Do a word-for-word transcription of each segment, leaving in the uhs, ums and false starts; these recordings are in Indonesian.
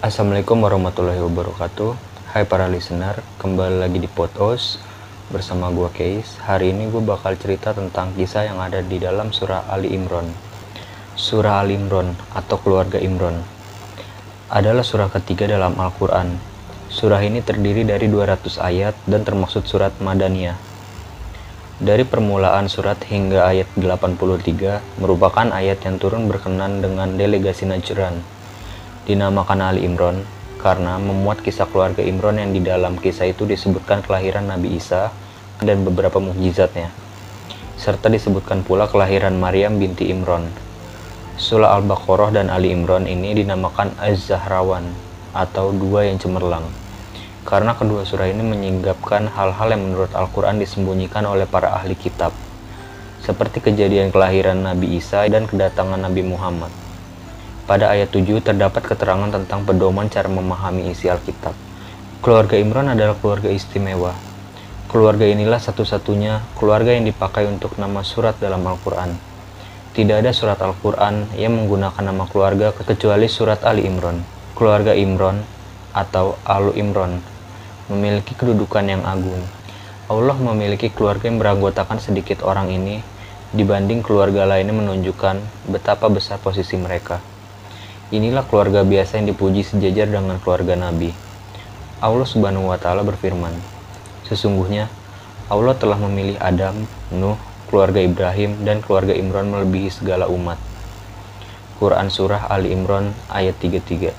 Assalamualaikum warahmatullahi wabarakatuh. Hai para listener, kembali lagi di Potos bersama gua Keis. Hari ini gue bakal cerita tentang kisah yang ada di dalam surah Ali Imran. Surah Ali Imran atau keluarga Imran adalah surah ketiga dalam Al-Quran. Surah ini terdiri dari dua ratus ayat dan termasuk surat Madaniyah. Dari permulaan surat hingga ayat delapan puluh tiga merupakan ayat yang turun berkenan dengan delegasi Najran. Dinamakan Ali Imran karena memuat kisah keluarga Imran yang di dalam kisah itu disebutkan kelahiran Nabi Isa dan beberapa mukjizatnya, serta disebutkan pula kelahiran Maryam binti Imran. Surah Al-Baqarah dan Ali Imran ini dinamakan Az-Zahrawan atau dua yang cemerlang, karena kedua surah ini menyingkapkan hal-hal yang menurut Al-Quran disembunyikan oleh para ahli kitab, seperti kejadian kelahiran Nabi Isa dan kedatangan Nabi Muhammad. Pada ayat tujuh terdapat keterangan tentang pedoman cara memahami isi Alkitab. Keluarga Imran adalah keluarga istimewa. Keluarga inilah satu-satunya keluarga yang dipakai untuk nama surat dalam Al-Quran. Tidak ada surat Al-Quran yang menggunakan nama keluarga kecuali surat Ali Imran. Keluarga Imran atau Alu Imran memiliki kedudukan yang agung. Allah memiliki keluarga yang beranggotakan sedikit orang ini dibanding keluarga lainnya, menunjukkan betapa besar posisi mereka. Inilah keluarga biasa yang dipuji sejajar dengan keluarga Nabi. Allah Subhanahu wa Ta'ala berfirman, "Sesungguhnya Allah telah memilih Adam, Nuh, keluarga Ibrahim, dan keluarga Imran melebihi segala umat." Quran Surah Ali Imran ayat tiga puluh tiga.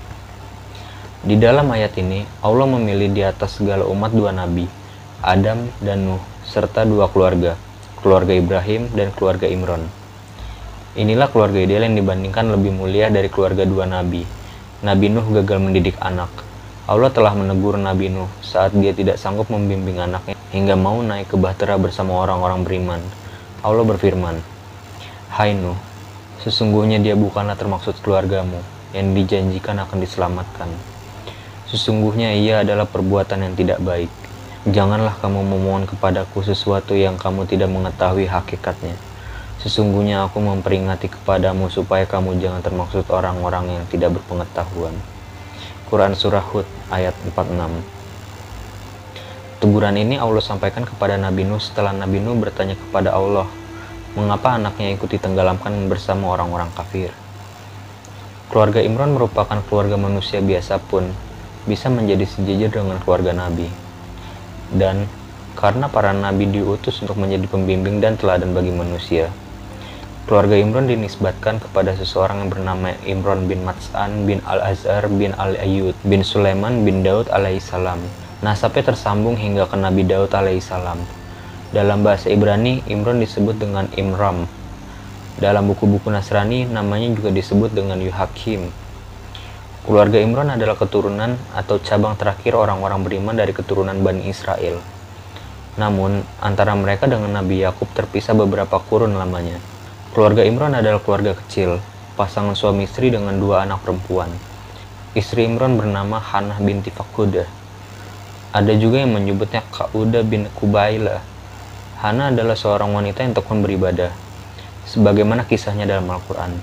Di dalam ayat ini, Allah memilih di atas segala umat dua nabi, Adam dan Nuh, serta dua keluarga, keluarga Ibrahim dan keluarga Imran. Inilah keluarga ideal yang dibandingkan lebih mulia dari keluarga dua nabi. Nabi Nuh gagal mendidik anak. Allah telah menegur Nabi Nuh saat dia tidak sanggup membimbing anaknya hingga mau naik ke bahtera bersama orang-orang beriman. Allah berfirman, "Hai Nuh, sesungguhnya dia bukanlah termaksud keluargamu yang dijanjikan akan diselamatkan. Sesungguhnya ia adalah perbuatan yang tidak baik. Janganlah kamu memohon kepadaku sesuatu yang kamu tidak mengetahui hakikatnya. Sesungguhnya aku memperingati kepadamu supaya kamu jangan termaksud orang-orang yang tidak berpengetahuan." Quran Surah Hud ayat empat puluh enam. Teguran ini Allah sampaikan kepada Nabi Nuh setelah Nabi Nuh bertanya kepada Allah, mengapa anaknya ikut ditenggelamkan bersama orang-orang kafir. Keluarga Imran merupakan keluarga manusia biasa pun bisa menjadi sejajar dengan keluarga Nabi. Dan karena para nabi diutus untuk menjadi pembimbing dan teladan bagi manusia, keluarga Imran dinisbatkan kepada seseorang yang bernama Imran bin Mats'an bin Al-Azhar bin Al-Ayyud bin Sulaiman bin Daud alaihissalam. Nasabnya tersambung hingga ke Nabi Daud alaihissalam. Dalam bahasa Ibrani, Imran disebut dengan Imram. Dalam buku-buku Nasrani, namanya juga disebut dengan Yuhakim. Keluarga Imran adalah keturunan atau cabang terakhir orang-orang beriman dari keturunan Bani Israel. Namun, antara mereka dengan Nabi Yakub terpisah beberapa kurun lamanya. Keluarga Imran adalah keluarga kecil, pasangan suami istri dengan dua anak perempuan. Istri Imran bernama Hannah binti Fakudah. Ada juga yang menyebutnya Kauda bin Kubaila. Hannah adalah seorang wanita yang tekun beribadah, sebagaimana kisahnya dalam Al-Quran.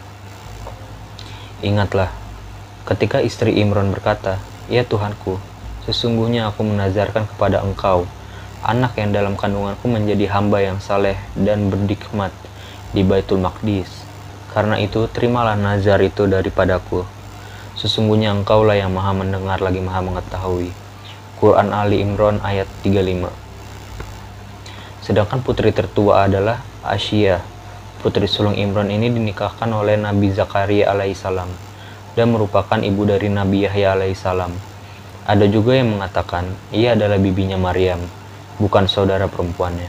Ingatlah, ketika istri Imran berkata, "Ya Tuhanku, sesungguhnya aku menazarkan kepada Engkau anak yang dalam kandunganku menjadi hamba yang saleh dan berdikmat di Baitul Maqdis. Karena itu, terimalah nazar itu daripadaku. Sesungguhnya Engkaulah yang maha mendengar lagi maha mengetahui." Quran Ali Imran ayat tiga puluh lima. Sedangkan putri tertua adalah Asyiyah. Putri sulung Imran ini dinikahkan oleh Nabi Zakaria alaihissalam dan merupakan ibu dari Nabi Yahya alaihissalam. Ada juga yang mengatakan ia adalah bibinya Maryam, bukan saudara perempuannya.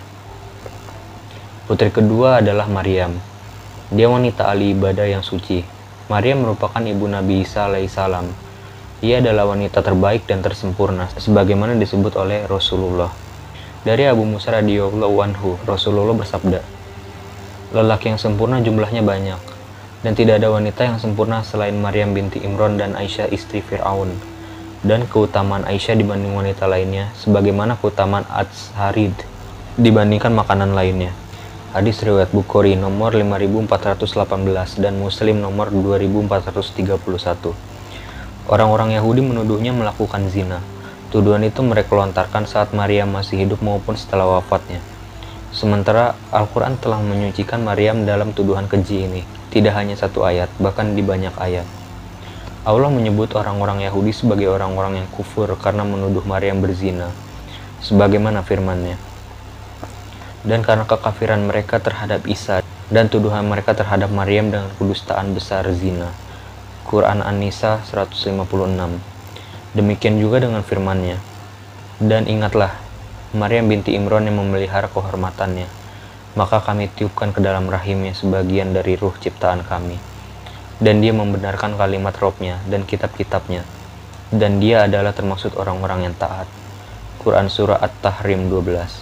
Putri kedua adalah Maryam. Dia wanita ahli ibadah yang suci. Maryam merupakan ibu Nabi Isa alaihissalam. Ia adalah wanita terbaik dan tersempurna, sebagaimana disebut oleh Rasulullah. Dari Abu Musa radhiyallahu anhu, Rasulullah bersabda, "Lelaki yang sempurna jumlahnya banyak, dan tidak ada wanita yang sempurna selain Maryam binti Imran dan Aisyah istri Fir'aun. Dan keutamaan Aisyah dibanding wanita lainnya, sebagaimana keutamaan Ats-Harid dibandingkan makanan lainnya." Hadis riwayat Bukhari nomor lima ribu empat ratus delapan belas dan Muslim nomor dua ribu empat ratus tiga puluh satu. Orang-orang Yahudi menuduhnya melakukan zina. Tuduhan itu mereka lontarkan saat Maryam masih hidup maupun setelah wafatnya. Sementara Al-Quran telah menyucikan Maryam dalam tuduhan keji ini. Tidak hanya satu ayat, bahkan di banyak ayat. Allah menyebut orang-orang Yahudi sebagai orang-orang yang kufur karena menuduh Maryam berzina, sebagaimana firman-Nya. Dan karena kekafiran mereka terhadap Isa dan tuduhan mereka terhadap Maryam dengan kedustaan besar zina. Quran An-Nisa seratus lima puluh enam. Demikian juga dengan firman-Nya. Dan ingatlah, Maryam binti Imran yang memelihara kehormatannya, maka kami tiupkan ke dalam rahimnya sebagian dari ruh ciptaan kami. Dan dia membenarkan kalimat Robnya dan kitab-kitabnya. Dan dia adalah termasuk orang-orang yang taat. Quran Surah At-Tahrim dua belas.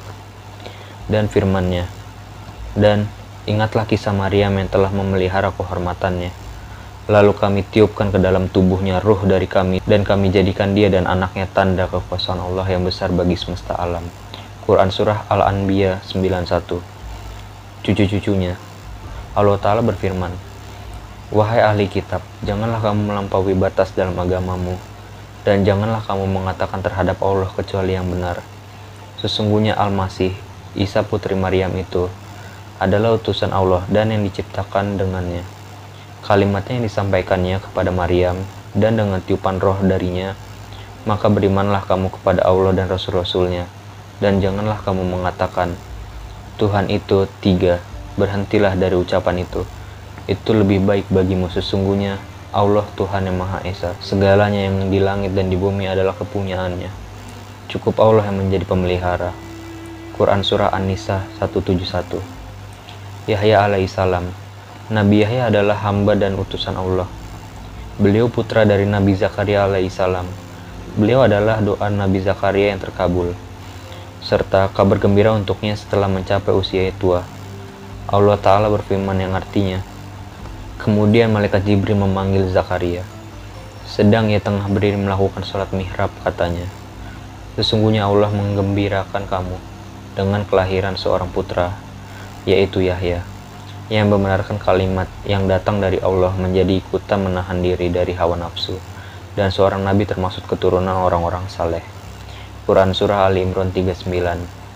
Dan firman-Nya. Dan ingatlah kisah Maryam yang telah memelihara kehormatannya. Lalu kami tiupkan ke dalam tubuhnya ruh dari kami, dan kami jadikan dia dan anaknya tanda kekuasaan Allah yang besar bagi semesta alam. Quran Surah Al-Anbiya sembilan puluh satu. Cucu-cucunya. Allah Ta'ala berfirman, wahai ahli kitab, janganlah kamu melampaui batas dalam agamamu, dan janganlah kamu mengatakan terhadap Allah kecuali yang benar. Sesungguhnya Al-Masih, Isa putri Maryam itu, adalah utusan Allah dan yang diciptakan dengannya. Kalimatnya yang disampaikannya kepada Maryam, dan dengan tiupan roh darinya, maka berimanlah kamu kepada Allah dan Rasul-Rasulnya, dan janganlah kamu mengatakan, Tuhan itu tiga, berhentilah dari ucapan itu. Itu lebih baik bagimu. Sesungguhnya Allah Tuhan yang Maha Esa, segalanya yang di langit dan di bumi adalah kepunyaannya. Cukup Allah yang menjadi pemelihara. Quran Surah An-Nisa seratus tujuh puluh satu. Yahya alaihissalam. Nabi Yahya adalah hamba dan utusan Allah. Beliau putra dari Nabi Zakaria alaihissalam. Beliau adalah doa Nabi Zakaria yang terkabul, serta kabar gembira untuknya setelah mencapai usia tua. Allah Ta'ala berfirman yang artinya, kemudian malaikat Jibril memanggil Zakaria. Sedang ia tengah berdiri melakukan sholat mihrab, katanya, sesungguhnya Allah menggembirakan kamu dengan kelahiran seorang putra, yaitu Yahya, yang membenarkan kalimat yang datang dari Allah menjadi ikutan menahan diri dari hawa nafsu, dan seorang nabi termasuk keturunan orang-orang saleh. Quran Surah Ali Imran tiga puluh sembilan.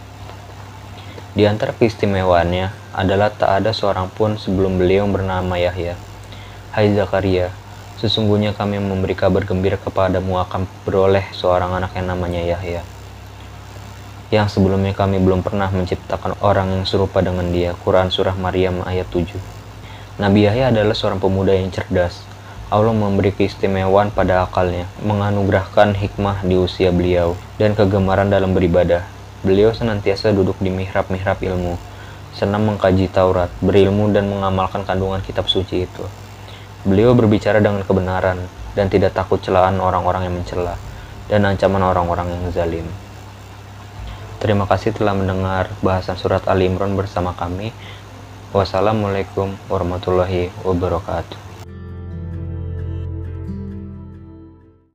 Di antara keistimewaannya adalah tak ada seorang pun sebelum beliau bernama Yahya. Hai Zakaria, sesungguhnya kami memberi kabar gembira kepadamu akan beroleh seorang anak yang namanya Yahya, yang sebelumnya kami belum pernah menciptakan orang yang serupa dengan dia. Quran Surah Maryam ayat tujuh. Nabi Yahya adalah seorang pemuda yang cerdas. Allah memberi keistimewaan pada akalnya, menganugerahkan hikmah di usia beliau, dan kegemaran dalam beribadah. Beliau senantiasa duduk di mihrab-mihrab ilmu, senang mengkaji Taurat, berilmu dan mengamalkan kandungan kitab suci itu. Beliau berbicara dengan kebenaran dan tidak takut celaan orang-orang yang mencela dan ancaman orang-orang yang zalim. Terima kasih telah mendengar bahasan surat Ali Imran bersama kami. Wassalamualaikum warahmatullahi wabarakatuh.